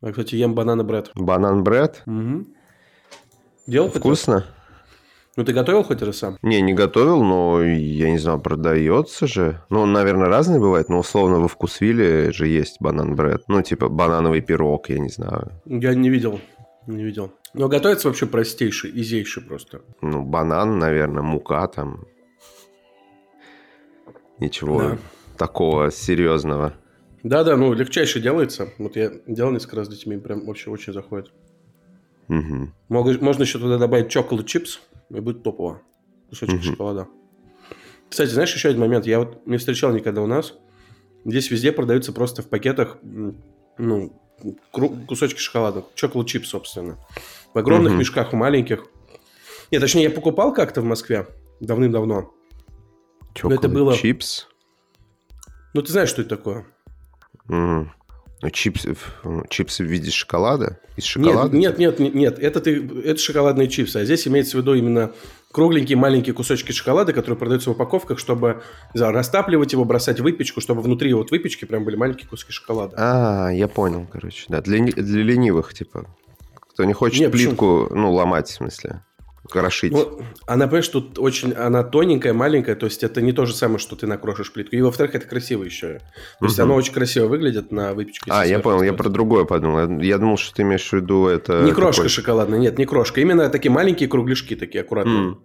Кстати, ем банана-бред. Банан-бред? Угу. Делал? Вкусно? Ну, ты готовил хоть раз сам? Не готовил, но, я не знаю, продается же. Ну, он, наверное, разный бывает, но условно во Вкусвилле же есть банан-бред. Ну, типа банановый пирог, я не знаю. Я не видел. Но готовится вообще простейший, изейший просто. Ну, банан, наверное, мука там. Ничего такого серьезного. Да, ну, легчайше делается. Вот я делал несколько раз с детьми, прям вообще очень заходит. Угу. Можно еще туда добавить chocolate chips, и будет топово. Кусочек шоколада. Кстати, знаешь, еще один момент. Я вот не встречал никогда у нас. Здесь везде продаются просто в пакетах, ну, кусочки шоколада. Chocolate chips, собственно. В огромных мешках, в маленьких. Нет, точнее, я покупал как-то в Москве давным-давно. Chocolate chips? Ну, ты знаешь, что это такое? Ну, чипсы в виде шоколада? Из шоколада? Нет. Это шоколадные чипсы. А здесь имеется в виду именно кругленькие маленькие кусочки шоколада, которые продаются в упаковках, чтобы, не знаю, растапливать его, бросать в выпечку, чтобы внутри вот выпечки прям были маленькие куски шоколада. Я понял, короче. Да, для ленивых, типа. Кто не хочет плитку, ломать, в смысле. Крошить. Ну, она, понимаешь, тут она тоненькая, маленькая, то есть это не то же самое, что ты накрошишь плитку. И, во-вторых, это красиво еще. То есть оно очень красиво выглядит на выпечке. Я понял, я про другое подумал. Я думал, что ты имеешь в виду это... Не крошка шоколадная, нет, не крошка. Именно такие маленькие кругляшки, такие аккуратные.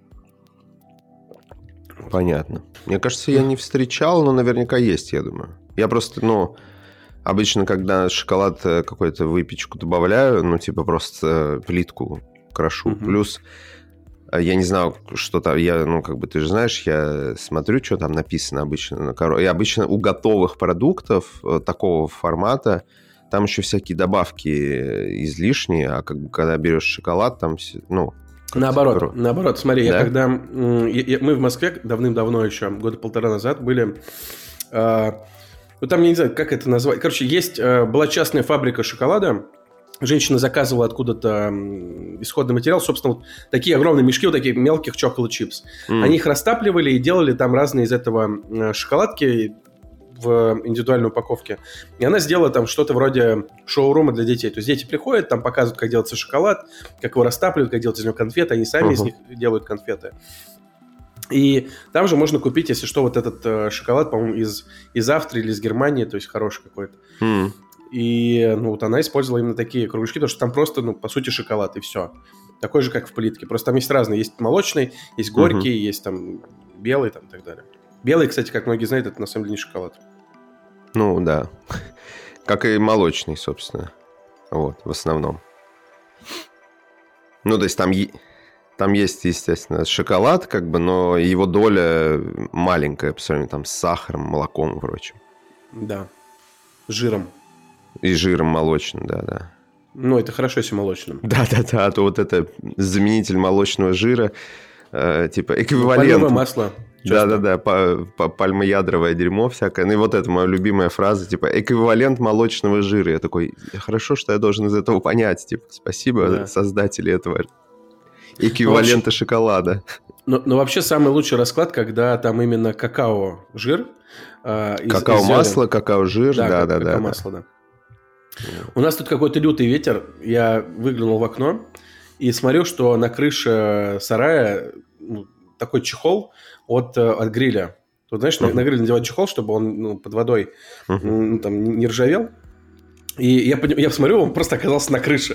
Понятно. Мне кажется, я не встречал, но наверняка есть, я думаю. Я просто, обычно, когда шоколад какой-то в выпечку добавляю, типа просто плитку крошу. Плюс, я не знаю, что там, ты же знаешь, я смотрю, что там написано обычно на коробке. И обычно у готовых продуктов такого формата там еще всякие добавки излишние, а когда берешь шоколад, там, Наоборот, смотри, да? Мы в Москве давным-давно еще, года полтора назад были, там, я не знаю, как это назвать. Короче, была частная фабрика шоколада. Женщина заказывала откуда-то исходный материал, собственно, вот такие огромные мешки, вот такие мелких chocolate chips. Они их растапливали и делали там разные из этого шоколадки в индивидуальной упаковке. И она сделала там что-то вроде шоурума для детей. То есть дети приходят, там показывают, как делается шоколад, как его растапливают, как делать из него конфеты. Они сами из них делают конфеты. И там же можно купить, если что, вот этот шоколад, по-моему, из Австрии или из Германии, то есть хороший какой-то. И вот она использовала именно такие кругляшки, потому что там просто, по сути, шоколад, и все. Такой же, как в плитке. Просто там есть разные. Есть молочный, есть горький, есть там белый там, и так далее. Белый, кстати, как многие знают, это на самом деле не шоколад. Ну, да. Как и молочный, собственно. Вот, в основном. То есть там есть, естественно, шоколад, но его доля маленькая по сравнению там с сахаром, молоком и прочим. Да. С жиром. И жиром молочным, да. Это хорошо, если молочным. Да, а то вот это заменитель молочного жира, типа эквивалент. Пальмовое масло. Да, пальмоядровое дерьмо всякое. И вот это моя любимая фраза, типа эквивалент молочного жира. Я такой, хорошо, что я должен из этого понять. Типа, спасибо, создатели этого эквивалента шоколада. Но вообще самый лучший расклад, когда там именно какао-жир. Какао-масло, какао-жир, да. Какао-масло, да. У нас тут какой-то лютый ветер. Я выглянул в окно и смотрю, что на крыше сарая такой чехол от гриля. Тут, знаешь, на гриль надевать чехол, чтобы он под водой там не ржавел. И я посмотрю, он просто оказался на крыше.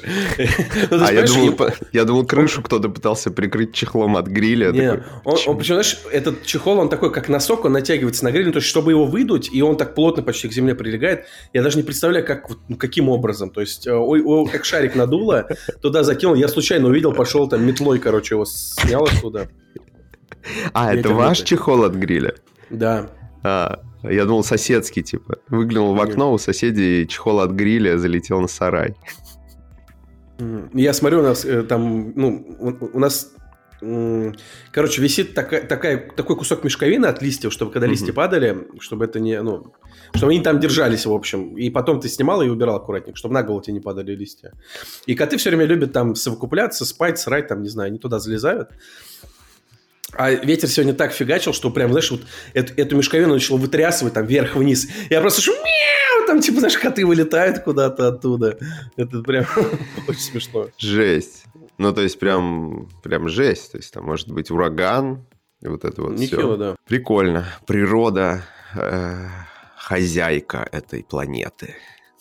Я думал, крышу кто-то пытался прикрыть чехлом от гриля. Нет, причем, знаешь, этот чехол, он такой, как носок, он натягивается на гриль, то есть, чтобы его выдуть, и он так плотно почти к земле прилегает, я даже не представляю, каким образом. То есть, как шарик надуло, туда закинул, я случайно увидел, пошел там метлой, его снял оттуда. Это ваш чехол от гриля? Да. Я думал, соседский, типа. Выглянул в окно, у соседей чехол от гриля залетел на сарай. Я смотрю, у нас там, у нас, висит такой кусок мешковины от листьев, чтобы когда листья падали, чтобы это не, чтобы они там держались, в общем. И потом ты снимал и убирал аккуратненько, чтобы на голову тебе не падали листья. И коты все время любят там совокупляться, спать, срать, там, не знаю, они туда залезают. А ветер сегодня так фигачил, что прям, знаешь, вот эту мешковину начал вытрясывать там вверх-вниз. Я просто мяу, там, типа, знаешь, коты вылетают куда-то оттуда. Это прям очень смешно. Жесть. Ну, то есть, прям жесть. То есть, там может быть ураган, и вот это вот все. Да. Прикольно. Природа хозяйка этой планеты.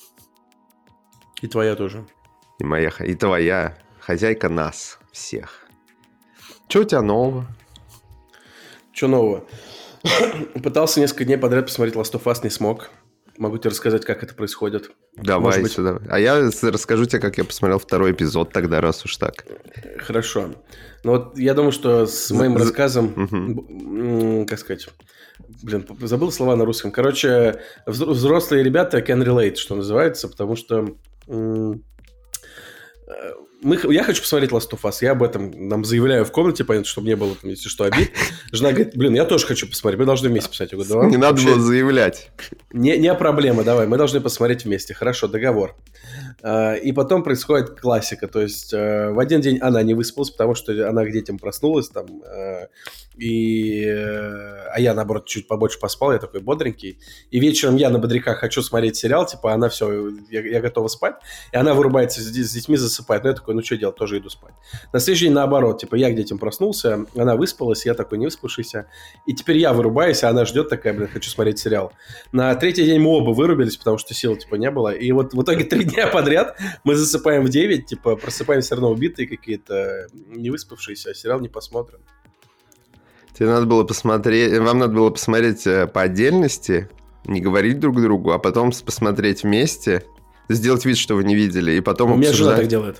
И твоя тоже. И твоя хозяйка нас всех. Что у тебя нового? Что нового? Пытался несколько дней подряд посмотреть Last of Us, не смог. Могу тебе рассказать, как это происходит. Давай сюда. А я расскажу тебе, как я посмотрел второй эпизод тогда, раз уж так. Хорошо. Ну вот я думаю, что с моим рассказом, как сказать, забыл слова на русском. Короче, взрослые ребята can relate, что называется, потому что я хочу посмотреть Last of Us. Я об этом нам заявляю в комнате, понятно, чтобы не было там, если что, обид. Жена говорит, я тоже хочу посмотреть. Мы должны вместе посмотреть. Я говорю, давай. Не надо было заявлять. Не проблема, давай. Мы должны посмотреть вместе. Хорошо, договор. И потом происходит классика. То есть в один день она не выспалась, потому что она к детям проснулась там. А я, наоборот, чуть побольше поспал. Я такой бодренький. И вечером я на бодряках хочу смотреть сериал. Типа она все, я готова спать. И она вырубается с детьми, засыпает. Но я такой, что делать, тоже иду спать. На следующий день наоборот. Типа я к детям проснулся, она выспалась, я такой не выспавшийся. И теперь я вырубаюсь, а она ждет такая, хочу смотреть сериал. На третий день мы оба вырубились, потому что сил типа не было. И вот в итоге 3 дня подряд мы засыпаем в 9, типа просыпаемся все равно убитые какие-то, не выспавшиеся, а сериал не посмотрим. Тебе надо было посмотреть, вам надо было посмотреть по отдельности, не говорить друг другу, а потом посмотреть вместе, сделать вид, что вы не видели, и потом обсуждать. У меня жена так делает.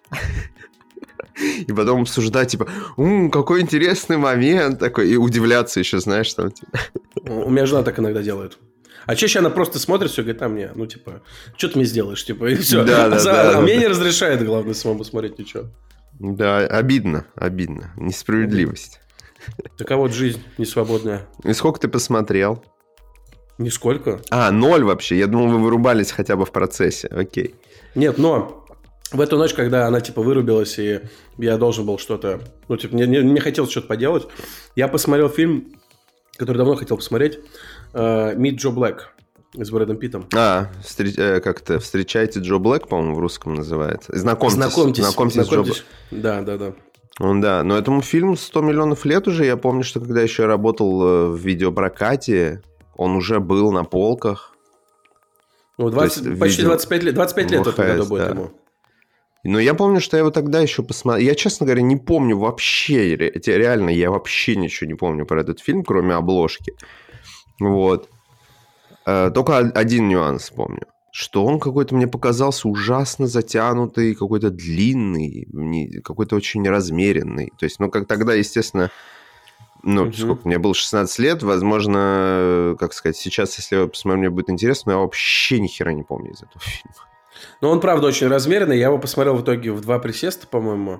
И потом обсуждать, типа, какой интересный момент такой, и удивляться еще, знаешь, там, типа. У меня жена так иногда делает. А чаще она просто смотрит, все, говорит, мне, что ты мне сделаешь, типа, и все. А мне не разрешает, главное, самому смотреть ничего. Да, обидно, несправедливость. Такова вот жизнь несвободная. И сколько ты посмотрел? Нисколько. 0 вообще, я думал, вы вырубались хотя бы в процессе, окей. Нет, но в эту ночь, когда она, вырубилась, и я должен был что-то, мне хотелось что-то поделать, я посмотрел фильм, который давно хотел посмотреть, «Meet Joe Black» с Брэдом Питтом. Как-то «Встречайте Джо Блэк», по-моему, в русском называется. Знакомьтесь с Джо Блэк. Да. Да, но этому фильму 100 миллионов лет уже. Я помню, что когда еще работал в видеопрокате, он уже был на полках. Почти 25 лет в этом году будет ему. Но я помню, что я его тогда еще посмотрел. Я, честно говоря, не помню вообще, реально, я вообще ничего не помню про этот фильм, кроме обложки. Вот. Только один нюанс помню. Что он какой-то мне показался ужасно затянутый, какой-то длинный, какой-то очень размеренный. То есть, как тогда, естественно, сколько, мне было 16 лет, возможно, как сказать, сейчас, если я посмотрю, мне будет интересно, но я вообще ни хера не помню из этого фильма. Он, правда, очень размеренный. Я его посмотрел в итоге в 2 присеста, по-моему.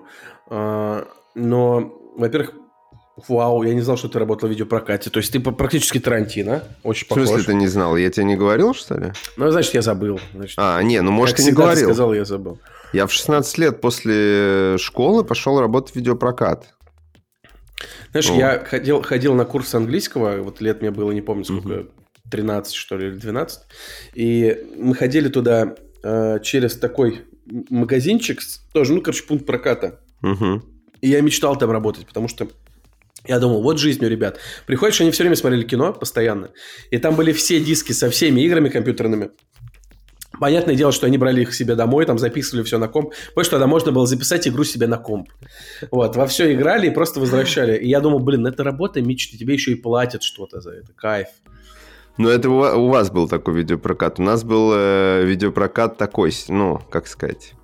Но, во-первых, вау, я не знал, что ты работал в видеопрокате. То есть ты практически Тарантино. Очень похож. В смысле ты не знал? Я тебе не говорил, что ли? Значит, я забыл. Может, ты не говорил. Ты сказал, я забыл. Я в 16 лет после школы пошел работать в видеопрокат. Знаешь, я ходил на курс английского. Вот лет мне было, не помню сколько, 13, что ли, или 12. И мы ходили туда через такой магазинчик. Тоже, пункт проката. И я мечтал там работать, потому что я думал, вот жизнь у ребят. Приходишь, они все время смотрели кино, постоянно. И там были все диски со всеми играми компьютерными. Понятное дело, что они брали их себе домой, там записывали все на комп. Потому что тогда можно было записать игру себе на комп. Во все играли и просто возвращали. И я думал, это работа мечты, тебе еще и платят что-то за это. Кайф. Это у вас был такой видеопрокат. У нас был видеопрокат такой, как сказать...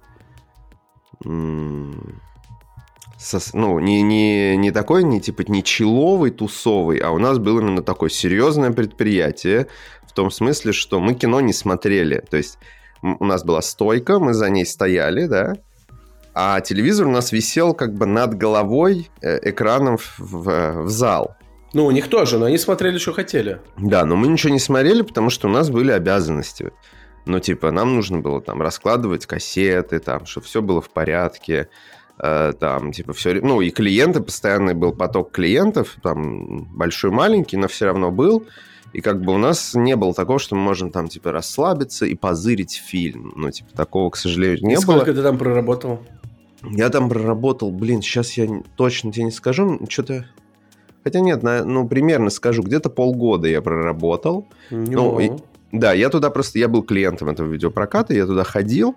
не такой, не человый, тусовый, а у нас было именно такое серьезное предприятие, в том смысле, что мы кино не смотрели. То есть у нас была стойка, мы за ней стояли, да, а телевизор у нас висел над головой экраном в зал. У них тоже, но они смотрели, что хотели. Да, но мы ничего не смотрели, потому что у нас были обязанности. Нам нужно было раскладывать кассеты, чтобы все было в порядке. Все, и клиенты, постоянный был поток клиентов, большой-маленький, но все равно был, И как бы у нас не было такого, что мы можем там, типа, расслабиться и позырить фильм. Ну, типа, такого, к сожалению, не было. Сколько ты там проработал? Я там проработал, сейчас я точно тебе не скажу, что-то... Хотя нет, ну, примерно скажу, где-то полгода я проработал. Ну, да, я туда просто... Я был клиентом этого видеопроката, я туда ходил.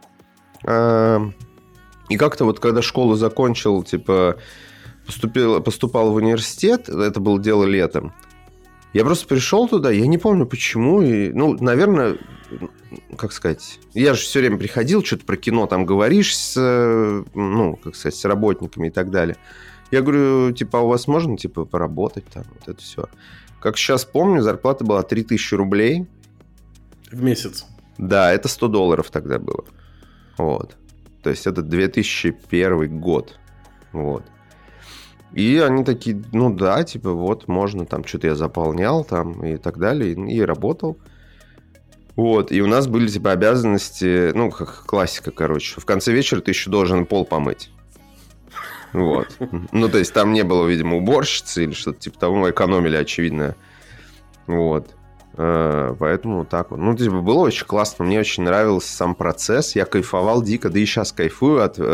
И как-то вот, когда школу закончил, типа, поступал в университет, это было дело летом, я просто пришел туда, я не помню почему, и, ну, наверное, как сказать, я же все время приходил, что-то про кино там говоришь с, ну, как сказать, с работниками и так далее. Я говорю, типа, а у вас можно, типа, поработать там, вот это все. Как сейчас помню, зарплата была 3000 рублей. В месяц? Да, это $100 тогда было. Вот. То есть это 2001 год. Вот. И они такие, ну да, типа, вот, можно, там, что-то я заполнял там и так далее, и работал. Вот, и у нас были, типа, обязанности, ну, как классика, короче. В конце вечера ты еще должен пол помыть. Вот. Ну, то есть там не было, видимо, уборщицы или что-то типа того, мы экономили, очевидно. Вот. Поэтому так вот. Ну, типа, было очень классно, мне очень нравился сам процесс, я кайфовал дико, да и сейчас кайфую от,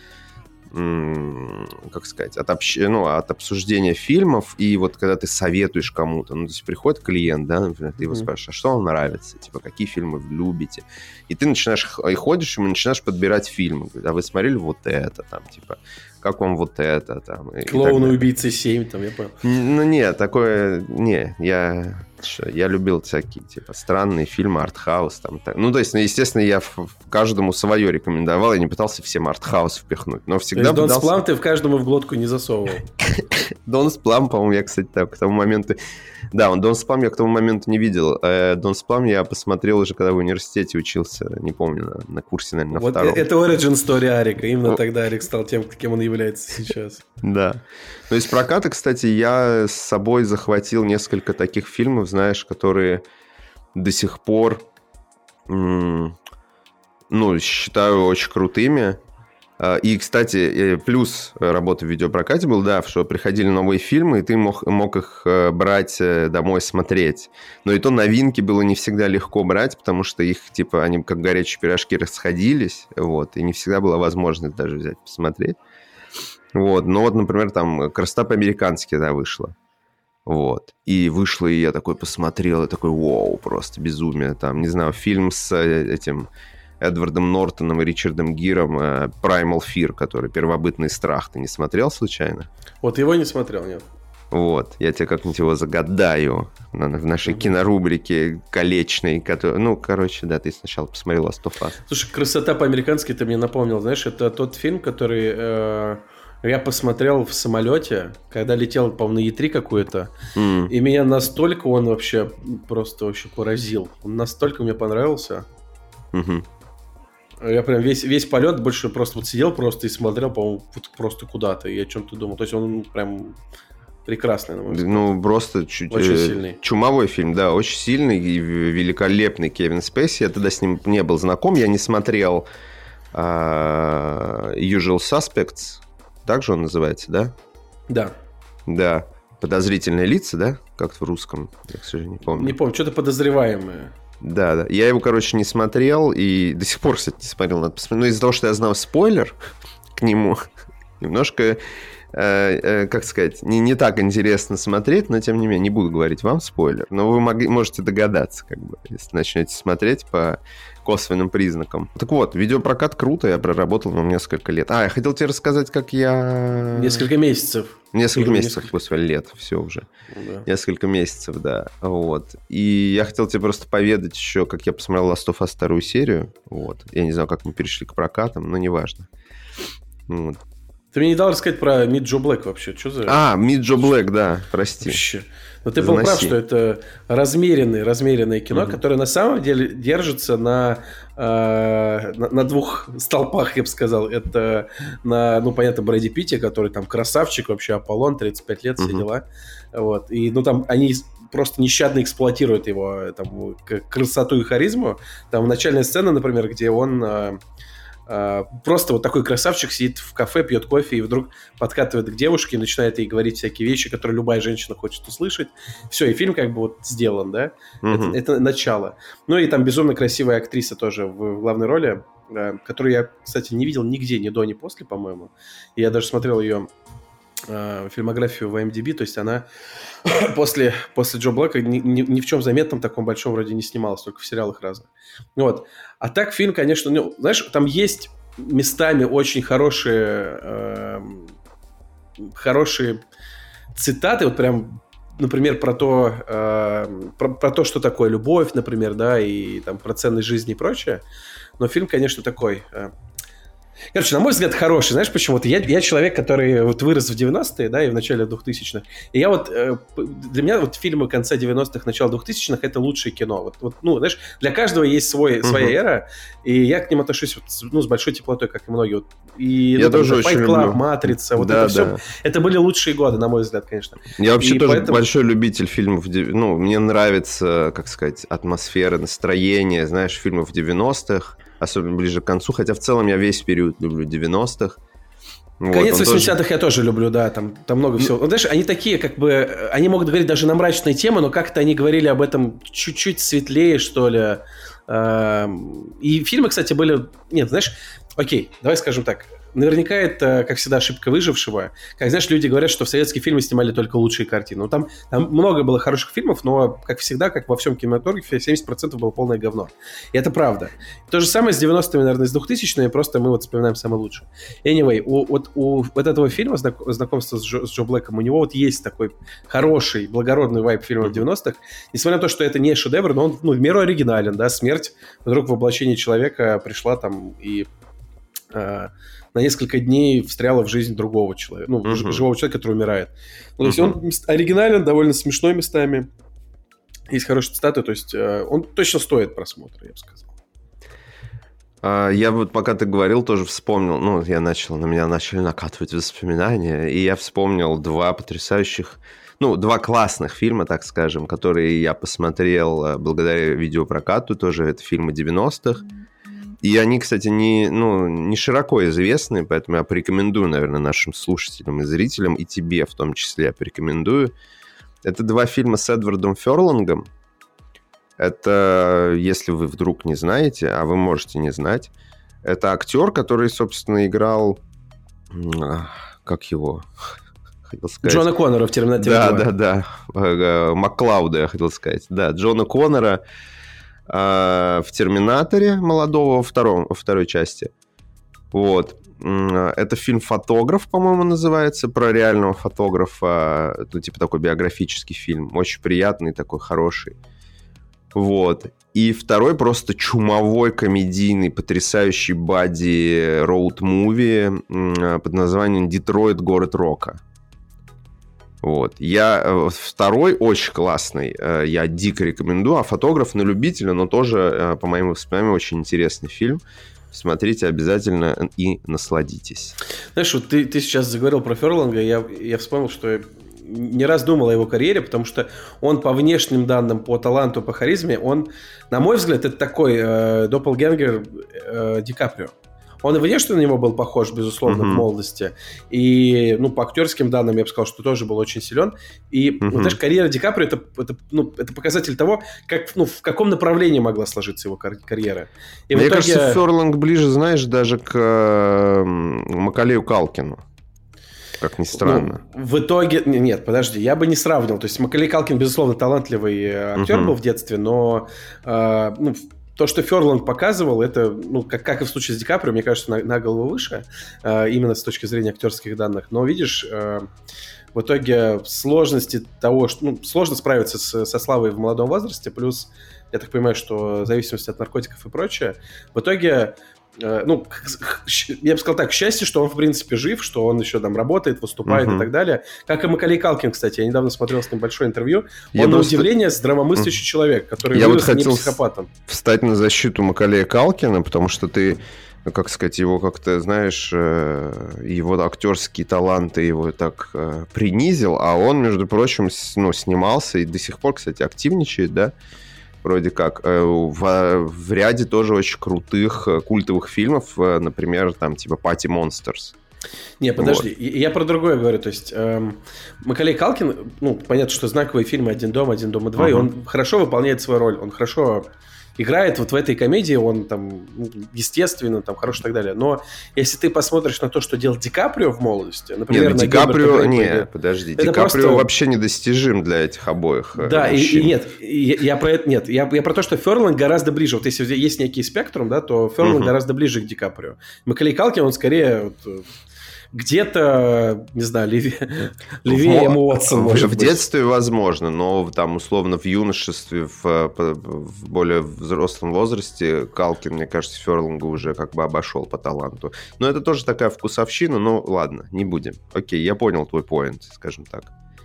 как сказать, от обсуждения фильмов, и вот когда ты советуешь кому-то, ну, то есть приходит клиент, да, например, ты его спрашиваешь, а что вам нравится, типа, какие фильмы вы любите, и ты начинаешь, и ходишь, и начинаешь подбирать фильмы, а вы смотрели вот это, там, типа, как вам вот это, там. «Клоун и убийца 7», там, я понял. Ну, нет, такое, не, я любил всякие, типа, странные фильмы, артхаус, там, ну, то есть, естественно, я каждому свое рекомендовал, я не пытался всем артхаус впихнуть, но всегда то есть Дон Сплам ты в каждому в глотку не засовывал? Дон Сплам, по-моему, я, кстати, так, к тому моменту... Да, Дон Сплам я к тому моменту не видел. Дон Сплам я посмотрел уже, когда в университете учился, не помню, на курсе, наверное, на втором. Это origin story Арика. Именно тогда Арик стал тем, кем он является сейчас. Да. Ну, из проката, кстати, я с собой захватил несколько таких фильмов, знаешь, которые до сих пор, ну, считаю очень крутыми. И, кстати, плюс работы в видеопрокате был, да, что приходили новые фильмы, и ты мог их брать домой смотреть. Но и то новинки было не всегда легко брать, потому что их, типа, они как горячие пирожки расходились, вот, и не всегда была возможность даже взять посмотреть. Вот, но вот, например, там «Красота по-американски», да, вышла. Вот. И вышло, и я такой посмотрел, и такой, вау, просто безумие. Там, не знаю, фильм с этим... Эдвардом Нортоном и Ричардом Гиром «Primal Fear», который «Первобытный страх». Ты не смотрел случайно? Вот его не смотрел, нет. Вот, я тебе как-нибудь его загадаю в нашей кинорубрике колечной. Ну, короче, да, ты сначала посмотрел «Last of Us». Слушай, «Красота по-американски» ты мне напомнил. Знаешь, это тот фильм, который я посмотрел в самолете, когда летел, по-моему, на Е3 какую-то. И меня настолько он вообще поразил. Он настолько мне понравился. Я прям весь полет больше просто вот сидел просто и смотрел, по-моему, вот просто куда-то и о чем-то думал. То есть он прям прекрасный, на мой взгляд. Ну, просто очень сильный. Чумовой фильм, да, очень сильный и великолепный Кевин Спейси. Я тогда с ним не был знаком, я не смотрел Usual Suspects, так же он называется, да? Да. Да. Подозрительные лица, да? Как-то в русском, я, к сожалению, не помню. Не помню, что-то подозреваемое. Да. Я его, короче, не смотрел, и до сих пор, кстати, не смотрел. Надо посмотреть. Но из-за того, что я знал спойлер к нему, немножко, как сказать, не так интересно смотреть, но, тем не менее, не буду говорить вам спойлер, но вы можете догадаться, как бы, если начнете смотреть по косвенным признакам. Так вот, видеопрокат круто, я проработал на несколько лет. Я хотел тебе рассказать, как я... Несколько месяцев. Несколько месяцев, после лет, все уже. Да. Несколько месяцев, да. Вот. И я хотел тебе просто поведать еще, как я посмотрел Last of Us вторую серию. Вот. Я не знаю, как мы перешли к прокатам, но неважно. Вот. Ты мне не дал рассказать про Meet Joe Black вообще. Что за... Meet Joe Black, да, прости. Вообще. Но ты был прав, что это размеренное кино, которое на самом деле держится на двух столпах, я бы сказал. Это понятно, Брэди Питти, который там красавчик вообще, Аполлон, 35 лет, все дела. Вот. И, там они просто нещадно эксплуатируют его там, красоту и харизму. Там начальная сцена, например, где он Просто вот такой красавчик сидит в кафе, пьет кофе и вдруг подкатывает к девушке и начинает ей говорить всякие вещи, которые любая женщина хочет услышать. Все, и фильм как бы вот сделан, да? Это начало. Ну и там безумно красивая актриса тоже в главной роли, которую я, кстати, не видел нигде, ни до, ни после, по-моему. И я даже смотрел ее фильмографию в IMDb, то есть она после Джо Блэка ни в чем заметном таком большом вроде не снималась, только в сериалах разных. Вот. А так фильм, конечно, ну, знаешь, там есть местами очень хорошие цитаты, вот прям, например, про то, что такое любовь, например, да, и там про ценность жизни и прочее. Но фильм, конечно, такой... Короче, на мой взгляд, хороший. Знаешь почему? Я человек, который вот вырос в 90-е, да, и в начале 2000-х. И я вот... Для меня вот фильмы конца 90-х, начала 2000-х — это лучшее кино. Вот, ну, знаешь, для каждого есть своя эра, и я к ним отношусь с большой теплотой, как и многие. Вот, и, я тоже Fight очень Club, люблю. «Матрица», вот это все. Это были лучшие годы, на мой взгляд, конечно. Я вообще тоже большой любитель фильмов. Ну, мне нравится, как сказать, атмосфера, настроение, знаешь, фильмов 90-х. Особенно ближе к концу, хотя в целом я весь период люблю 90-х. Вот, конец 80-х я тоже люблю, да, там много всего. Ну, знаешь, они такие, как бы, они могут говорить даже на мрачные темы, но как-то они говорили об этом чуть-чуть светлее, что ли. И фильмы, кстати, были... Нет, знаешь, окей, давай скажем так. Наверняка это, как всегда, ошибка выжившего. Как, знаешь, люди говорят, что в советские фильмы снимали только лучшие картины. Ну, там много было хороших фильмов, но, как всегда, как во всем кинематографе, 70% было полное говно. И это правда. То же самое с 90-ми, наверное, с 2000-ми, просто мы вот вспоминаем самое лучшее. Anyway, у вот этого фильма «Знакомство с Джо Блэком», у него вот есть такой хороший, благородный вайб фильмов 90-х. Несмотря на то, что это не шедевр, но он, ну, в меру оригинален, да, смерть вдруг в воплощении человека пришла там и... на несколько дней встряла в жизнь другого человека, ну, живого человека, который умирает. Ну, то есть он оригинален, довольно смешной местами, есть хорошие цитаты, то есть он точно стоит просмотра, я бы сказал. Я вот, пока ты говорил, тоже вспомнил, ну, на меня начали накатывать воспоминания, и я вспомнил два классных фильма, так скажем, которые я посмотрел благодаря видеопрокату, тоже это фильмы 90-х. И они, кстати, не широко известны, поэтому я порекомендую, наверное, нашим слушателям и зрителям, и тебе в том числе я порекомендую. Это два фильма с Эдвардом Ферлингом. Это, если вы вдруг не знаете, а вы можете не знать, это актер, который, собственно, играл... Как его... Хотел сказать. Джона Коннора в «Терминаторе 2». Да. Маклауда, я хотел сказать. Да, Джона Коннора... в «Терминаторе» молодого во второй части. Вот. Это фильм «Фотограф», по-моему, называется, про реального фотографа. Ну, типа такой биографический фильм. Очень приятный, такой хороший. Вот. И второй просто чумовой, комедийный, потрясающий бадди роуд-муви под названием «Детройт. Город рока». Вот. Второй очень классный, я дико рекомендую, а «Фотограф» на любителя, но тоже, по моим воспоминаниям, очень интересный фильм. Смотрите обязательно и насладитесь. Знаешь, вот ты сейчас заговорил про Ферлинга, я вспомнил, что я не раз думал о его карьере, потому что он по внешним данным, по таланту, по харизме, он, на мой взгляд, это такой доппельгенгер Ди Каприо. Он и внешне на него был похож, безусловно, в молодости. И, по актерским данным, я бы сказал, что тоже был очень силен. И, знаешь, карьера Ди Каприо это показатель того, как, в каком направлении могла сложиться его карьера. И мне кажется, Ферлинг ближе, знаешь, даже к Маколею Калкину. Как ни странно. В итоге... Нет, подожди, я бы не сравнивал. То есть Маколей Калкин, безусловно, талантливый актер был в детстве, но... То, что Ферлинг показывал, это, как и в случае с Ди Каприо, мне кажется, на голову выше, именно с точки зрения актерских данных. Но, видишь, в итоге сложности того, что... сложно справиться со славой в молодом возрасте, плюс, я так понимаю, что зависимость от наркотиков и прочее. В итоге... я бы сказал так, счастье, что он, в принципе, жив, что он еще там работает, выступает и так далее. Как и Маколей Калкин, кстати. Я недавно смотрел с ним большое интервью. Он, на удивление, здравомыслящий человек, который вырос не психопатом. Встать на защиту Маколея Калкина, потому что ты, как сказать, его как-то, знаешь, его актерские таланты его так принизил, а он, между прочим, снимался и до сих пор, кстати, активничает, да? вроде как, в ряде тоже очень крутых культовых фильмов, например, там типа «Пати Монстерс». Не, подожди, я про другое говорю. То есть Маколей Калкин, ну, понятно, что знаковые фильмы «Один дома», «Один дома 2», и он хорошо выполняет свою роль, он хорошо играет вот в этой комедии, он там, естественно, там хороший и так далее. Но если ты посмотришь на то, что делал Ди Каприо в молодости, например, Ди Каприо, подожди, Ди Каприо вообще недостижим для этих обоих. Да, и нет, я про это нет, я про то, что Ферлинг гораздо ближе. Вот если есть некий спектрум, да, то Ферлинг гораздо ближе к Ди Каприо. Маколей Калкин, он скорее где-то, не знаю, левее ему Уотсон, может быть. В детстве возможно, но там условно в юношестве, в более взрослом возрасте Калкин, мне кажется, Ферлинга уже как бы обошел по таланту. Но это тоже такая вкусовщина, но ладно, не будем. Окей, я понял твой поинт, скажем так.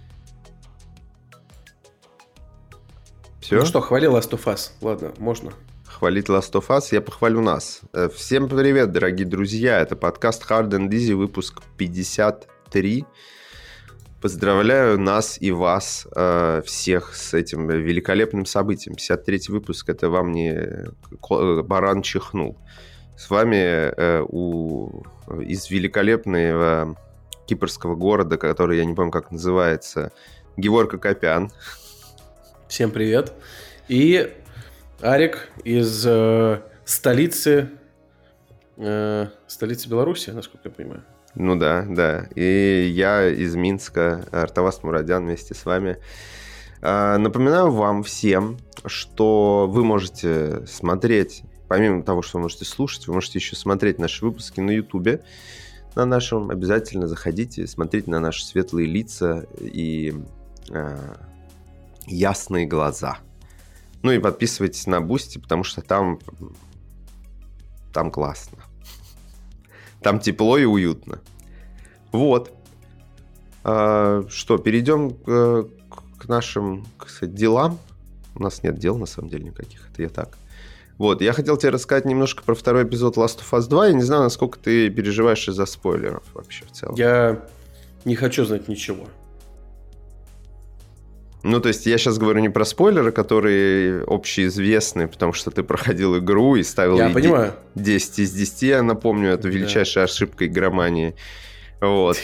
Все? Ну что, хвали Last of Us. Ладно, можно. Хвалить Last of Us, я похвалю нас. Всем привет, дорогие друзья. Это подкаст Hard and Easy, выпуск 53. Поздравляю нас и вас всех с этим великолепным событием. 53-й выпуск, это вам не баран чихнул. С вами из великолепного кипрского города, который, я не помню, как называется, Геворг Акопян. Всем привет. И Арик из столицы Беларуси, насколько я понимаю. Ну да. И я из Минска, Артавас Мурадян вместе с вами. Напоминаю вам всем, что вы можете смотреть, помимо того, что вы можете слушать, вы можете еще смотреть наши выпуски на Ютубе. На нашем обязательно заходите, смотрите на наши светлые лица и ясные глаза. Ну и подписывайтесь на Бусти, потому что там классно. Там тепло и уютно. Вот. Что, перейдем к нашим, кстати, делам. У нас нет дел, на самом деле, никаких. Это я так. Вот, я хотел тебе рассказать немножко про второй эпизод Last of Us 2. Я не знаю, насколько ты переживаешь из-за спойлеров вообще в целом. Я не хочу знать ничего. Ну, то есть, я сейчас говорю не про спойлеры, которые общеизвестны, потому что ты проходил игру и ставил 10 из 10. Я напомню, это величайшая ошибка игромании. Вот.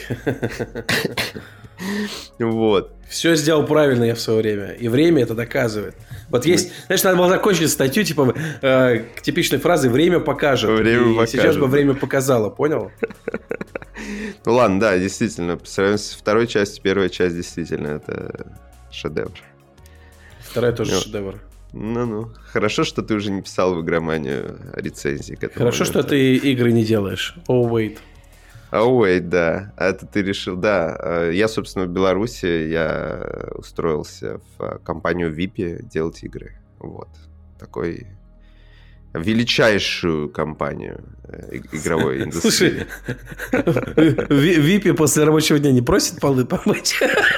Вот. Все сделал правильно я в свое время. И время это доказывает. Вот есть... Знаешь, надо было закончить статью, типа, типичной фразы «время покажет». Время покажет. Сейчас бы время показало, понял? Ну, ладно, да, действительно. По сравнению с второй частью, первая часть действительно это... шедевр. Вторая тоже шедевр. Ну. Хорошо, что ты уже не писал в игроманию рецензии к этому Хорошо, моменту. что ты игры не делаешь. Oh, wait. Да. Это ты решил, да. Я, собственно, в Беларуси, я устроился в компанию VIP делать игры. Вот. Такой величайшую компанию игровой индустрии. Слушай, VIP после рабочего дня не просит полы помыть?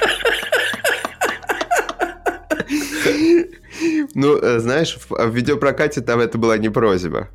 Ну, знаешь, в видеопрокате там это была не просьба.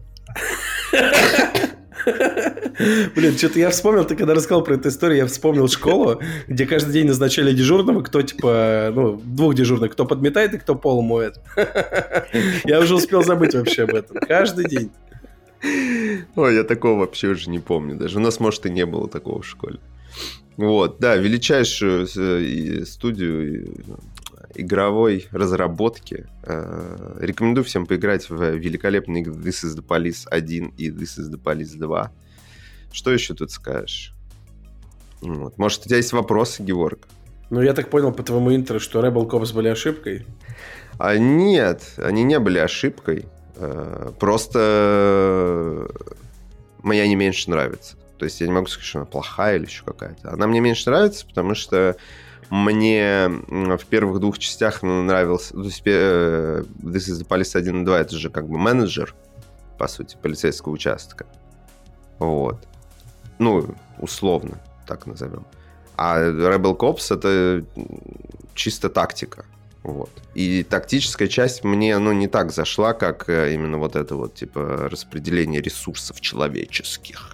Блин, что-то я вспомнил, ты когда рассказал про эту историю, я вспомнил школу, где каждый день назначали дежурного, кто типа, двух дежурных, кто подметает и кто пол моет. Я уже успел забыть вообще об этом. Каждый день. Ой, я такого вообще уже не помню даже. У нас, может, и не было такого в школе. Вот, да, величайшую студию игровой разработки. Рекомендую всем поиграть в великолепные игры This is the Police 1 и This is the Police 2. Что еще тут скажешь? Вот. Может, у тебя есть вопросы, Геворг? Ну, я так понял по твоему интро, что Rebel Cops были ошибкой. Нет, они не были ошибкой. Просто мне не меньше нравится. То есть я не могу сказать, что она плохая или еще какая-то. Она мне меньше нравится, потому что мне в первых двух частях нравился... То есть This is the Police 1 и 2 это же как бы менеджер, по сути, полицейского участка. Вот. Ну, условно, так назовем. А Rebel Cops это чисто тактика. Вот. И тактическая часть мне, не так зашла, как именно вот это вот, типа, распределение ресурсов человеческих.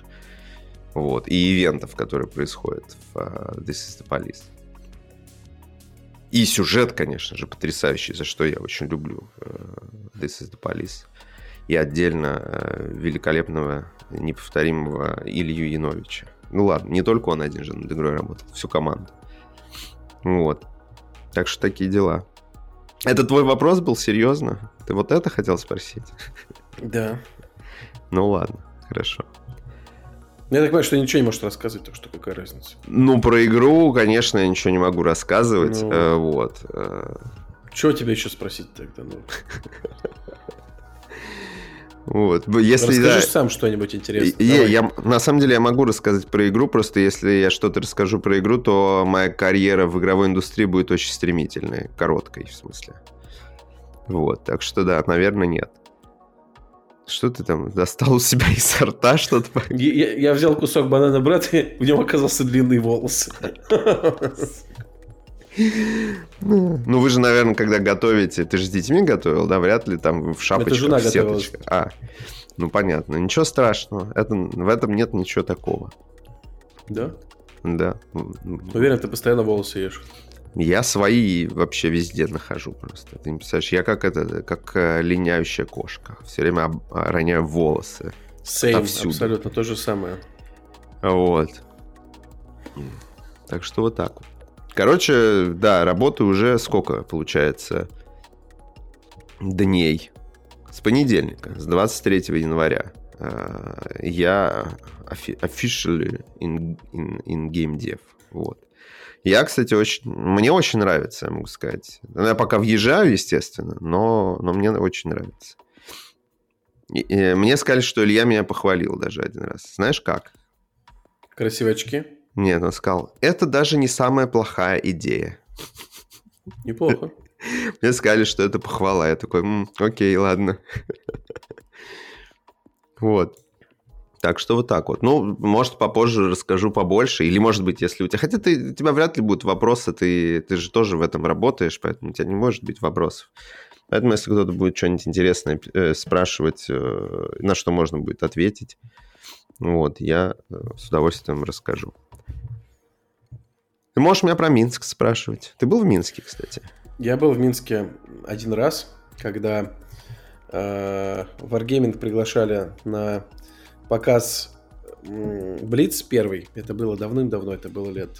Вот. И ивентов, которые происходят в This is the Police. И сюжет, конечно же, потрясающий, за что я очень люблю This is the Police. И отдельно великолепного, неповторимого Илью Яновича. Ну ладно, не только он один же над игрой работал, всю команду. Вот. Так что такие дела. Это твой вопрос был, серьезно? Ты вот это хотел спросить? Да. Ну ладно, хорошо. Я так понимаю, что ничего не можешь рассказывать, так что какая разница? Ну, про игру, конечно, я ничего не могу рассказывать. Вот. Чего тебе еще спросить тогда? Вот. Если расскажешь сам что-нибудь интересное. На самом деле я могу рассказать про игру, просто если я что-то расскажу про игру, то моя карьера в игровой индустрии будет очень стремительной, короткой в смысле. Вот, так что да, наверное, нет. Что ты там достал у себя из рта что-то? Я взял кусок банана брат, и в нем оказался длинный волос. Ну, вы же, наверное, когда готовите... Ты же с детьми готовил, да? Вряд ли там в шапочках, это жена в сеточках. Ну, понятно. Ничего страшного. В этом нет ничего такого. Да? Да. Уверен, ты постоянно волосы ешь. Я свои вообще везде нахожу просто. Ты не представляешь, я как линяющая кошка. Все время роняю волосы. Same, абсолютно то же самое. Вот. Так что вот так вот. Короче, да, работаю уже сколько, получается, дней. С понедельника, с 23 января. Я officially in game dev. Вот. Я, кстати, мне очень нравится, я могу сказать. Я пока въезжаю, естественно, но мне очень нравится. И мне сказали, что Илья меня похвалил даже один раз. Знаешь как? Красивые очки? Нет, он сказал, это даже не самая плохая идея. Неплохо. Мне сказали, что это похвала. Я такой, окей, ладно. Вот. Так что вот так вот. Ну, может, попозже расскажу побольше. Или, может быть, если у тебя... Хотя у тебя вряд ли будут вопросы. Ты же тоже в этом работаешь, поэтому у тебя не может быть вопросов. Поэтому, если кто-то будет что-нибудь интересное спрашивать, на что можно будет ответить, вот, я с удовольствием расскажу. Ты можешь меня про Минск спрашивать. Ты был в Минске, кстати? Я был в Минске один раз, когда Wargaming приглашали на показ Блиц первый. Это было давным-давно, это было лет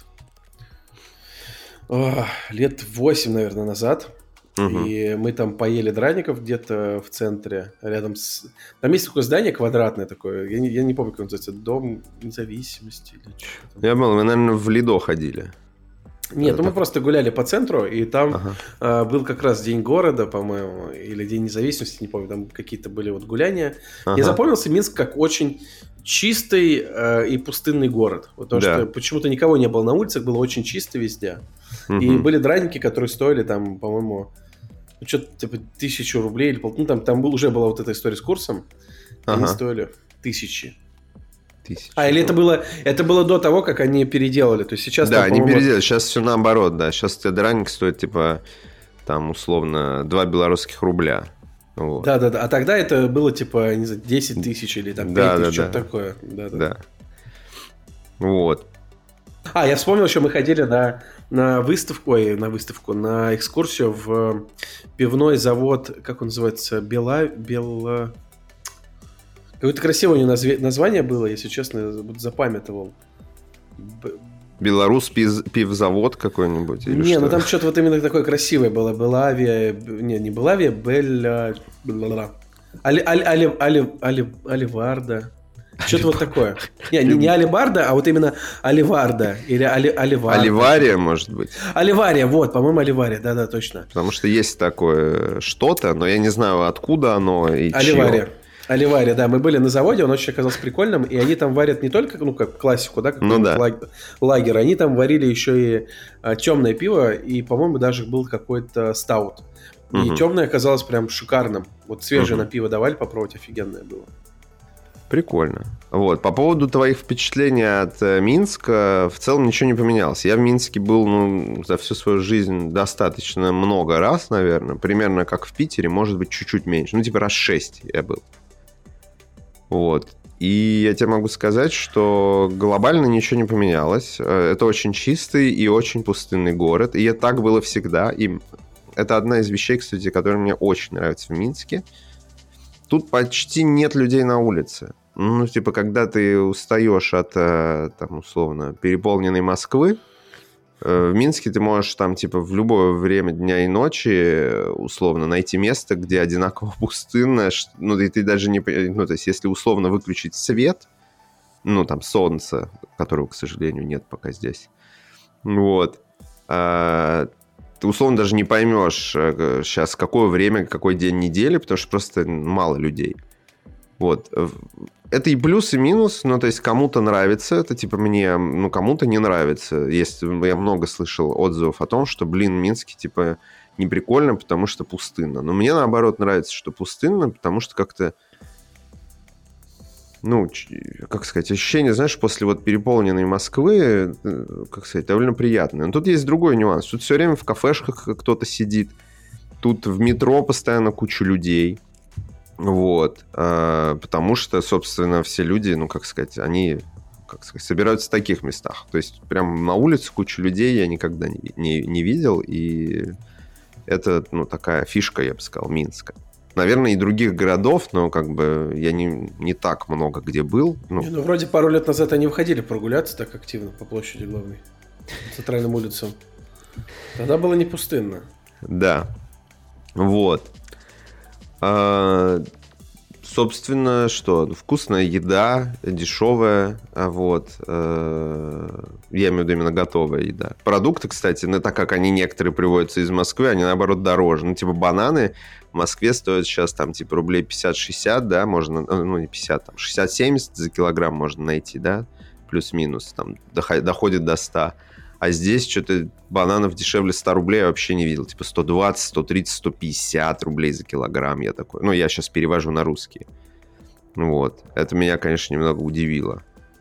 8, наверное, назад. Угу. И мы там поели драников где-то в центре, рядом с... Там есть такое здание квадратное такое, я не помню, как он называется, Дом независимости или что-то. Я был, мы, наверное, в Лидо ходили. Нет, мы просто гуляли по центру, и там был как раз День города, по-моему, или День независимости, не помню, там какие-то были вот гуляния. Мне запомнился Минск как очень чистый и пустынный город, потому что почему-то никого не было на улицах, было очень чисто везде. И были драники, которые стоили там, по-моему, что-то типа 1000 рублей, или там уже была вот эта история с курсом, они стоили 1000. Или это было до того, как они переделали. То есть сейчас да, там, они переделали. Сейчас все наоборот, да. Сейчас тебе драник стоит, типа, там, условно, 2 белорусских рубля. Вот. Да. А тогда это было, типа, не знаю, 10 тысяч или там 5 тысяч, что-то такое. Да. Вот. Я вспомнил еще, мы ходили на экскурсию в пивной завод, как он называется, Какое-то красивое у него название было, если честно, запамятовал. Белорус пивзавод какой-нибудь? Не, ну там что-то вот именно такое красивое было. Белавия... Не Белавия, Аливарда. Что-то вот такое. Не Алибарда, а вот именно Аливарда. Или Аливарда. Аливария, может быть. Аливария, вот, по-моему, Аливария. Да, точно. Потому что есть такое что-то, но я не знаю, откуда оно и Аливария. Аливария, да, мы были на заводе, он очень оказался прикольным, и они там варят не только, как классику, да, лагерь, они там варили еще и темное пиво, и, по-моему, даже был какой-то стаут. И темное оказалось прям шикарным. Вот свежее на пиво давали попробовать, офигенное было. Прикольно. Вот, по поводу твоих впечатлений от Минска, в целом ничего не поменялось. Я в Минске был, за всю свою жизнь достаточно много раз, наверное, примерно как в Питере, может быть, чуть-чуть меньше, типа раз 6 я был. Вот. И я тебе могу сказать, что глобально ничего не поменялось. Это очень чистый и очень пустынный город. И так было всегда. И это одна из вещей, кстати, которая мне очень нравится в Минске. Тут почти нет людей на улице. Ну, типа, когда ты устаешь от, там, условно, переполненной Москвы, в Минске ты можешь там, типа, в любое время дня и ночи, условно, найти место, где одинаково пустынно. Ну, и ты даже не... Ну, то есть, если условно выключить свет, ну, там, солнце, которого, к сожалению, нет пока здесь, вот, ты, условно, даже не поймешь сейчас, какое время, какой день недели, потому что просто мало людей. Вот. Это и плюс, и минус, ну, то есть кому-то нравится, это типа мне, ну, кому-то не нравится. Я много слышал отзывов о том, что, блин, в Минске, типа, не прикольно, потому что пустынно. Но мне, наоборот, нравится, что пустынно, потому что как-то, ну, как сказать, ощущение, знаешь, после вот переполненной Москвы, как сказать, довольно приятное. Но тут есть другой нюанс. Тут все время в кафешках кто-то сидит, тут в метро постоянно куча людей. Вот, потому что, собственно, все люди, ну, как сказать, они, как сказать, собираются в таких местах. То есть прям на улице кучу людей я никогда не видел, и это, ну, такая фишка, я бы сказал, Минска. Наверное, и других городов, но как бы я не так много где был. Ну, вроде пару лет назад они выходили прогуляться так активно по площади главной, по центральным улицам. Тогда было не пустынно. Да, вот. Собственно, что? Вкусная еда, дешевая, вот. Я имею в виду именно готовая еда. Продукты, кстати, ну, так как они некоторые привозятся из Москвы, они, наоборот, дороже. Ну, типа, бананы в Москве стоят сейчас, там, типа, рублей 50-60, да, можно, ну, не 50, там, 60-70 за килограмм можно найти, да, плюс-минус, там, доходит до 100. А здесь что-то бананов дешевле 100 рублей я вообще не видел. Типа 120, 130, 150 рублей за килограмм. Я такой... Ну, я сейчас перевожу на русский. Вот. Это меня, конечно, немного удивило.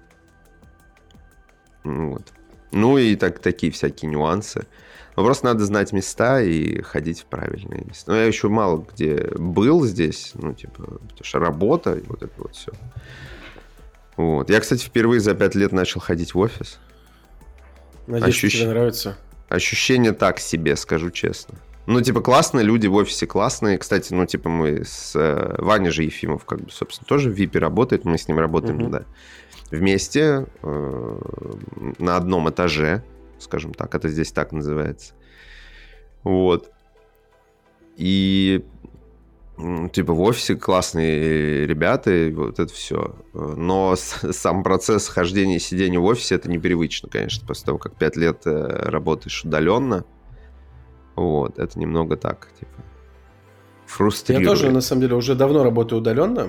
Вот. Ну, и такие всякие нюансы. Но просто надо знать места и ходить в правильные места. Но я еще мало где был здесь. Ну, типа, потому что работа и вот это вот все. Вот. Я, кстати, впервые за 5 лет начал ходить в офис. Надеюсь, тебе нравится. Ощущение так себе, скажу честно. Ну, типа, классные люди в офисе, классные. Кстати, ну, типа, мы с Ваней же Ефимов, как бы, собственно, тоже в ВИПе работает. Мы с ним работаем, да, вместе на одном этаже, скажем так. Это здесь так называется. Вот. И... Типа в офисе классные ребята, и вот это все. Но сам процесс хождения и сидения в офисе это непривычно, конечно, после того, как 5 лет работаешь удаленно. Вот, это немного так, типа, фрустрирует. Я тоже, на самом деле, уже давно работаю удаленно.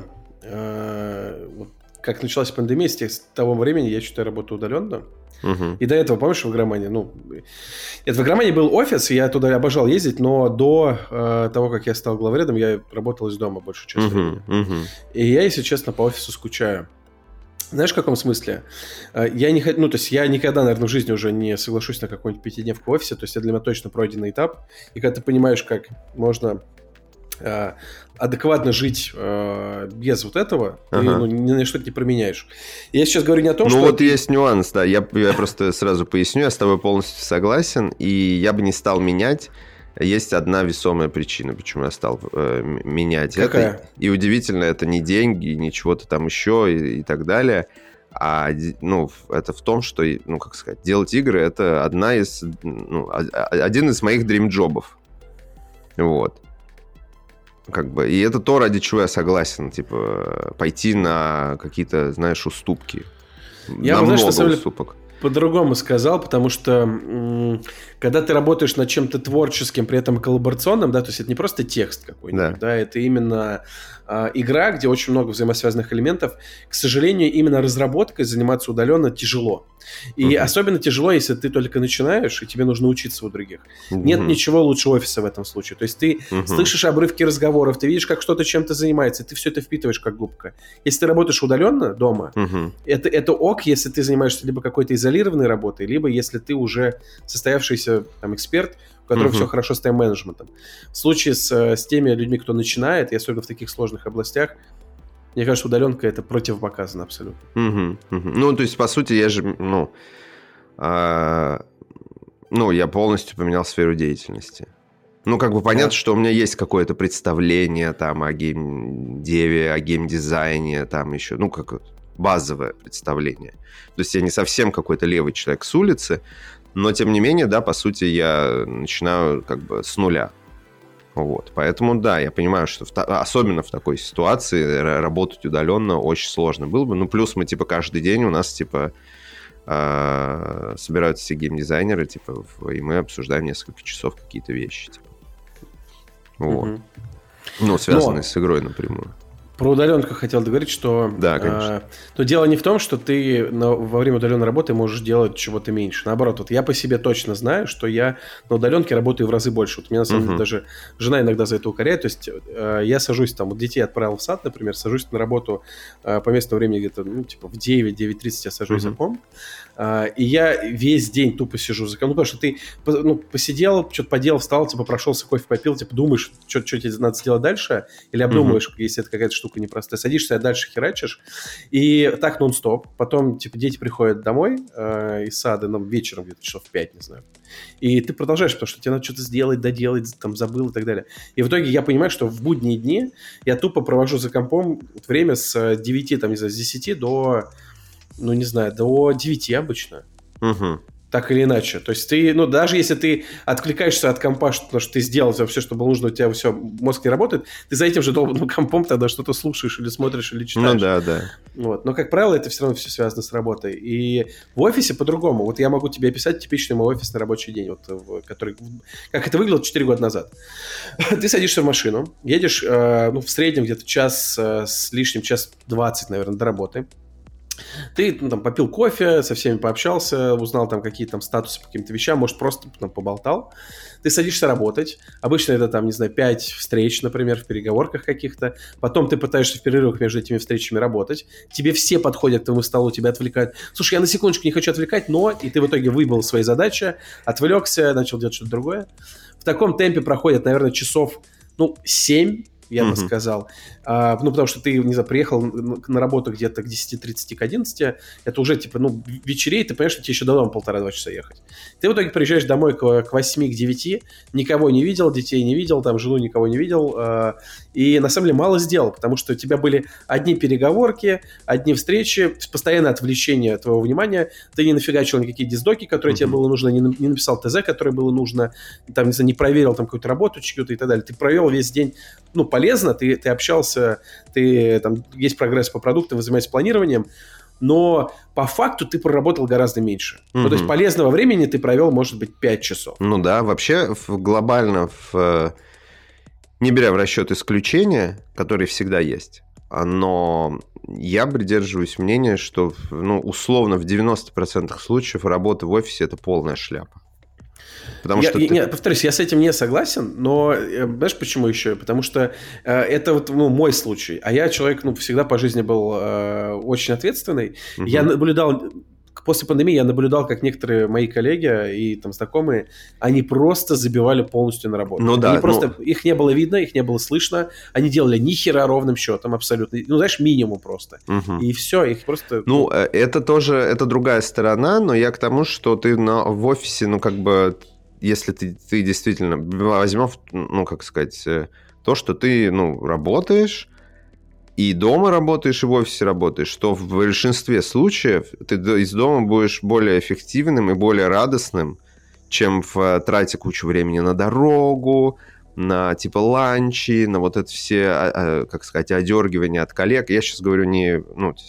Как началась пандемия, с того времени я считаю, работаю удаленно. И до этого, помнишь, в Игромании? Ну, это в Игромании был офис, и я туда обожал ездить, но до того, как я стал главредом, я работал из дома большую часть времени. И я, если честно, по офису скучаю. Знаешь, в каком смысле? Я не, ну, то есть я никогда, наверное, в жизни уже не соглашусь на какую-нибудь 5-дневку в офисе, то есть это для меня точно пройденный этап. И когда ты понимаешь, как можно... адекватно жить без вот этого, ты ни на что не променяешь. Я сейчас говорю не о том, ну, что... Ну вот есть нюанс, да, я просто сразу поясню, я с тобой полностью согласен, и я бы не стал менять. Есть одна весомая причина, почему я стал менять. Какая? Это, и удивительно, это не деньги, не чего-то там еще и так далее. А, ну, это в том, что, ну, как сказать, делать игры — это один из моих dream-джобов. Вот. Как бы, и это то, ради чего я согласен, типа, пойти на какие-то, знаешь, уступки. Я бы, знаешь, на самом деле, по-другому сказал, потому что когда ты работаешь над чем-то творческим, при этом коллаборационным, да, то есть это не просто текст какой-нибудь, да, это именно игра, где очень много взаимосвязанных элементов. К сожалению, именно разработкой заниматься удаленно тяжело. И особенно тяжело, если ты только начинаешь, и тебе нужно учиться у других. Нет ничего лучше офиса в этом случае. То есть ты слышишь обрывки разговоров, ты видишь, как кто-то чем-то занимается, и ты все это впитываешь как губка. Если ты работаешь удаленно дома, это ок, если ты занимаешься либо какой-то изолированной работой, либо если ты уже состоявшийся там эксперт, у которого все хорошо с тайм-менеджментом. В случае с теми людьми, кто начинает, и особенно в таких сложных областях, Мне кажется, удаленка это противопоказано абсолютно. Ну, то есть, по сути, я же, я полностью поменял сферу деятельности. Ну, как бы понятно, что у меня есть какое-то представление там о геймдеве, о геймдизайне, там еще, как базовое представление. То есть я не совсем какой-то левый человек с улицы, но, тем не менее, да, по сути, я начинаю как бы с нуля. Вот, поэтому, да, я понимаю, что особенно в такой ситуации работать удаленно очень сложно было бы. Ну, плюс мы, типа, каждый день у нас, типа, собираются все геймдизайнеры, типа, и мы обсуждаем несколько часов какие-то вещи, типа. Вот. Ну, связанные с игрой напрямую. Про удаленку хотел договорить, что... Да, конечно. То дело не в том, что ты во время удаленной работы можешь делать чего-то меньше. Наоборот, вот я по себе точно знаю, что я на удаленке работаю в разы больше. Вот меня, на самом деле, даже жена иногда за это укоряет. То есть я сажусь там, вот детей отправил в сад, например, сажусь на работу по местному времени где-то, типа в 9-9:30 я сажусь за комп. И я весь день тупо сижу за компом. Ну, потому что ты посидел, что-то поделал, встал, типа прошелся, кофе попил, типа думаешь, что тебе надо сделать дальше, или обдумываешь, если это какая-то штука непростая. Садишься, дальше херачишь. И так нон-стоп. Потом, типа, дети приходят домой из сада, вечером где-то часов в 5, не знаю. И ты продолжаешь, потому что тебе надо что-то сделать, доделать, там, забыл и так далее. И в итоге я понимаю, что в будние дни я тупо провожу за компом время с 9, там, не знаю, с 10 до... не знаю, до 9 обычно. Так или иначе. То есть ты, даже если ты откликаешься от компа, потому что ты сделал все, что было нужно, у тебя все, мозг не работает, ты за этим же долбанным компом тогда что-то слушаешь или смотришь, или читаешь. Ну да. Вот. Но, как правило, это все равно все связано с работой. И в офисе по-другому. Вот я могу тебе описать типичный мой офисный рабочий день, который, как это выглядело 4 года назад. Ты садишься в машину, едешь, в среднем где-то час с лишним, час 20, наверное, до работы. Ты там попил кофе, со всеми пообщался, узнал там какие там статусы по каким-то вещам, может, просто там поболтал. Ты садишься работать. Обычно это там, не знаю, 5 встреч, например, в переговорках каких-то. Потом ты пытаешься в перерывах между этими встречами работать. Тебе все подходят к твоему столу, тебя отвлекают. Слушай, я на секундочку не хочу отвлекать, но... И ты в итоге выбрал свои задачи, отвлекся, начал делать что-то другое. В таком темпе проходит, наверное, часов, 7, я бы сказал. Потому что ты, не знаю, приехал на работу где-то к 10:30, к 11, это уже, типа, вечереет, ты понимаешь, что тебе еще до дома 1,5-2 часа ехать. Ты в итоге приезжаешь домой к 8, к 9, никого не видел, детей не видел, там, жену никого не видел, и, на самом деле, мало сделал, потому что у тебя были одни переговорки, одни встречи, постоянное отвлечение твоего внимания, ты не нафигачил никакие диздоки, которые тебе было нужно, не написал ТЗ, которое было нужно, там, не знаю, не проверил там какую-то работу чью-то и так далее. Ты провел весь день, полезно, ты общался, там есть прогресс по продуктам, вы занимаетесь планированием, но по факту ты проработал гораздо меньше. То есть полезного времени ты провел, может быть, 5 часов. Ну да, вообще глобально, не беря в расчет исключения, которые всегда есть, но я придерживаюсь мнения, что условно в 90% случаев работа в офисе – это полная шляпа. Повторюсь, я с этим не согласен, но знаешь почему еще? Потому что это вот мой случай, а я человек, всегда по жизни был очень ответственный. Я наблюдал, после пандемии я наблюдал, как некоторые мои коллеги и там знакомые, они просто забивали полностью на работу. Их не было видно, их не было слышно, они делали ни хера ровным счетом абсолютно, знаешь, минимум просто. И все, их просто... это тоже, это другая сторона, но я к тому, что ты в офисе, если ты действительно возьмем, то, что ты, работаешь, и дома работаешь, и в офисе работаешь, что в большинстве случаев ты из дома будешь более эффективным и более радостным, чем в трате кучу времени на дорогу, на типа ланчи, на вот это все, одергивания от коллег. Я сейчас говорю не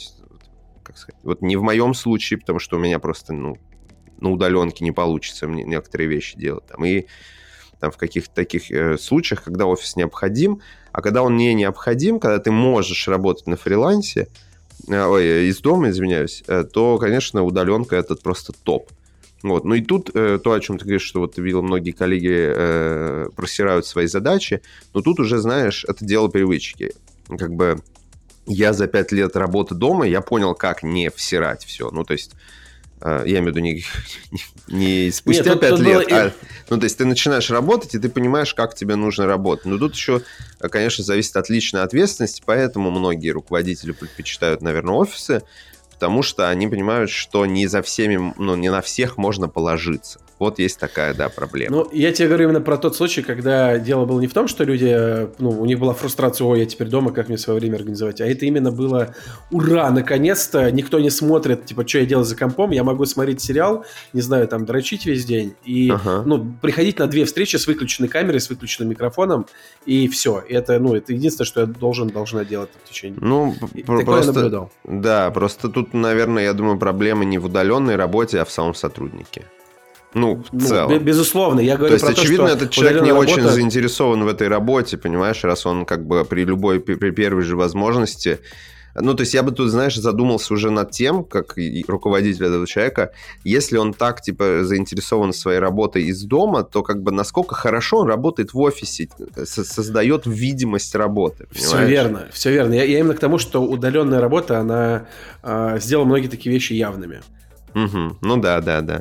в моем случае, потому что у меня просто, на удаленке не получится мне некоторые вещи делать. И там в каких-то таких случаях, когда офис необходим, а когда он не необходим, когда ты можешь работать на фрилансе, из дома, извиняюсь, то, конечно, удаленка – это просто топ. Вот. И тут то, о чем ты говоришь, что ты видел, многие коллеги просирают свои задачи, но тут уже, знаешь, это дело привычки. Я за 5 лет работы дома, я понял, как не всирать все. То есть Я имею в виду не спустя 5 лет, ну, то есть ты начинаешь работать, и ты понимаешь, как тебе нужно работать. Но тут еще, конечно, зависит от личной ответственности, поэтому многие руководители предпочитают, наверное, офисы, потому что они понимают, что не за всеми, ну, не на всех можно положиться. Вот есть такая, да, проблема. Ну, я тебе говорю именно про тот случай, когда дело было не в том, что люди, ну, у них была фрустрация, ой, я теперь дома, как мне свое время организовать, а это именно было, ура, наконец-то, никто не смотрит, типа, что я делаю за компом, я могу смотреть сериал, не знаю, там, дрочить весь день, и, ну, приходить на 2 встречи с выключенной камерой, с выключенным микрофоном, и все. Это, ну, это единственное, что я должна делать в течение. Ну, такое я наблюдал. Да, просто тут, наверное, я думаю, проблема не в удаленной работе, а в самом сотруднике. Ну, в целом. Безусловно, я говорю про то, что... То есть, очевидно, этот человек не очень заинтересован в этой работе, понимаешь, раз он как бы при первой же возможности... Ну, то есть, я бы тут, знаешь, задумался уже над тем, как руководитель этого человека, если он так, типа, заинтересован своей работой из дома, то как бы насколько хорошо он работает в офисе, создает видимость работы, понимаешь? Все верно. Я именно к тому, что удаленная работа, она сделала многие такие вещи явными. Угу. Ну, да.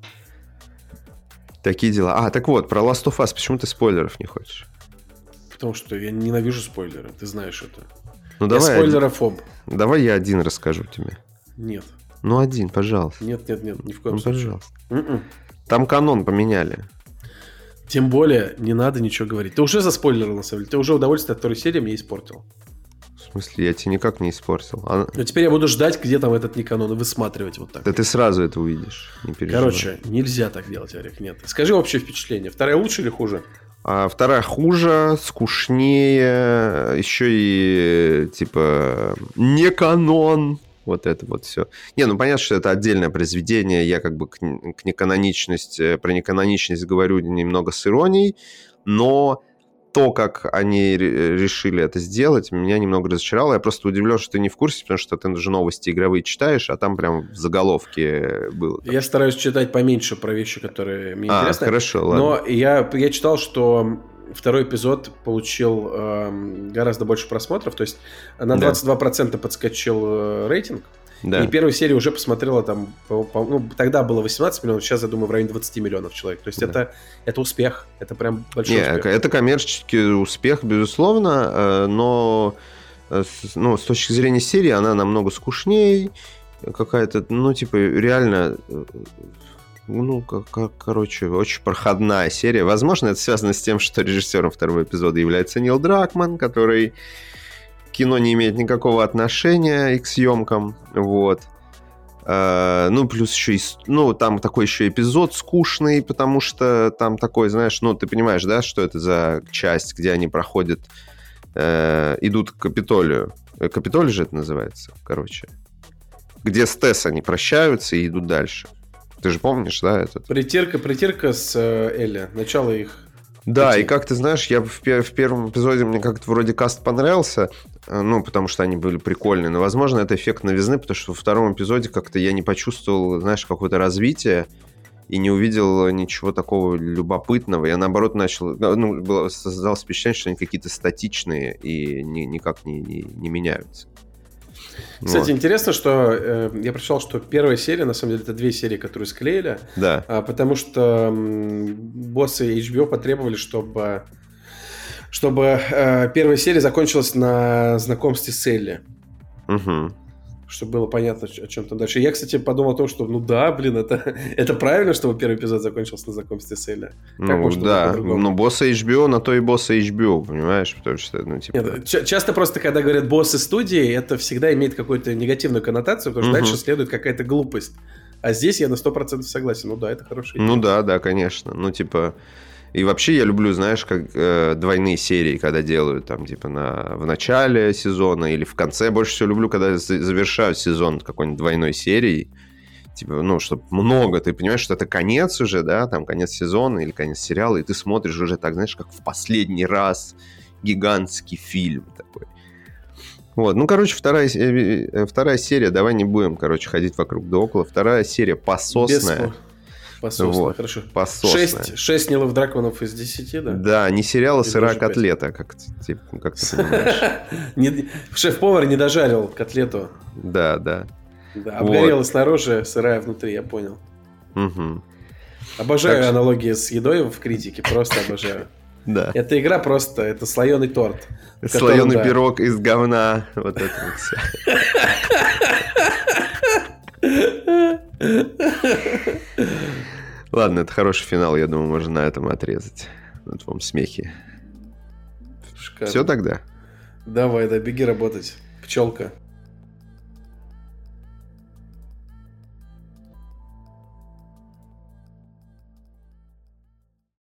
Такие дела. Так вот, про Last of Us. Почему ты спойлеров не хочешь? Потому что я ненавижу спойлеры. Ты знаешь это. Ну, я давай спойлерофоб. Давай я один расскажу тебе. Нет. Ну, один, пожалуйста. Нет, ни в коем случае. Пожалуйста. Там канон поменяли. Тем более, не надо ничего говорить. Ты уже заспойлерил, на самом деле. Ты уже удовольствие от второй серии мне испортил. В смысле, я тебе никак не испортил. Но теперь я буду ждать, где там этот не канон, и высматривать вот так. Да ты сразу это увидишь. Не переживай. Короче, нельзя так делать, Олег, нет. Скажи общее впечатление. Вторая лучше или хуже? Вторая хуже, скучнее, еще и, типа, не канон. Вот это вот все. Не, ну понятно, что это отдельное произведение. Я как бы про неканоничность говорю немного с иронией, но... То, как они решили это сделать, меня немного разочаровало. Я просто удивлен, что ты не в курсе, потому что ты же новости игровые читаешь, а там прям в заголовке было. Я стараюсь читать поменьше про вещи, которые мне интересны. Хорошо, ладно. Но я читал, что второй эпизод получил гораздо больше просмотров. То есть на 22% подскочил рейтинг. Да. И первую серию уже посмотрело там, ну, тогда было 18 миллионов, сейчас, я думаю, в районе 20 миллионов человек. То есть это успех, это прям большой успех. Это коммерческий успех, безусловно, но с точки зрения серии она намного скучнее, какая-то, ну, типа, реально... Ну, короче, очень проходная серия. Возможно, это связано с тем, что режиссером второго эпизода является Нил Дракман, который... Кино не имеет никакого отношения к съемкам, вот. Ну, плюс еще там такой еще эпизод скучный, потому что там такой, знаешь, ну, ты понимаешь, да, что это за часть, где они проходят, идут к Капитолию. Капитолий же это называется, короче. Где с Тесс они прощаются и идут дальше. Ты же помнишь, да, этот? Притирка с Элли, начало их... Да, и как ты знаешь, я в первом эпизоде мне как-то вроде каст понравился, ну, потому что они были прикольные, но, возможно, это эффект новизны, потому что во втором эпизоде как-то я не почувствовал, знаешь, какое-то развитие и не увидел ничего такого любопытного. Я, наоборот, создалось впечатление, что они какие-то статичные и никак не меняются. Кстати, интересно, что я прочитал, что первая серия, на самом деле, это 2 серии, которые склеили. Да. Потому что боссы HBO потребовали, чтобы первая серия закончилась на знакомстве с Элли. Угу. Чтобы было понятно, о чем там дальше. Я, кстати, подумал о том, что, это правильно, чтобы первый эпизод закончился на знакомстве с Элли. Но боссы HBO, на то и боссы HBO, понимаешь? Потому что, типа... Нет, часто просто, когда говорят боссы студии, это всегда имеет какую-то негативную коннотацию, потому что дальше следует какая-то глупость. А здесь я на 100% согласен. Ну да, это хорошая идея. Ну да, конечно. Ну, типа... И вообще я люблю, знаешь, как двойные серии, когда делают там, типа, в начале сезона или в конце. Больше всего люблю, когда завершают сезон какой-нибудь двойной серией. Типа, ну, чтобы много. Ты понимаешь, что это конец уже, да, там, конец сезона или конец сериала, и ты смотришь уже так, знаешь, как в последний раз гигантский фильм такой. Вот, ну, короче, вторая серия, давай не будем, короче, ходить вокруг да около. Вторая серия пососная. Пососная, вот, хорошо. Пососная. 6 Нилов Дракманов из 10, да? Да, не сериал, а сырая котлета, как ты понимаешь. Шеф-повар не дожарил котлету. Да. Да, обгорела снаружи, сырая внутри, я понял. Угу. Обожаю аналогии с едой в критике, просто обожаю. Да. Эта игра просто, это слоеный торт. Слоеный пирог из говна, вот это вот все. Ладно, это хороший финал, я думаю, можно на этом отрезать. На твоем смехе. Шикарно. Все тогда? Давай, да, беги работать. Пчелка.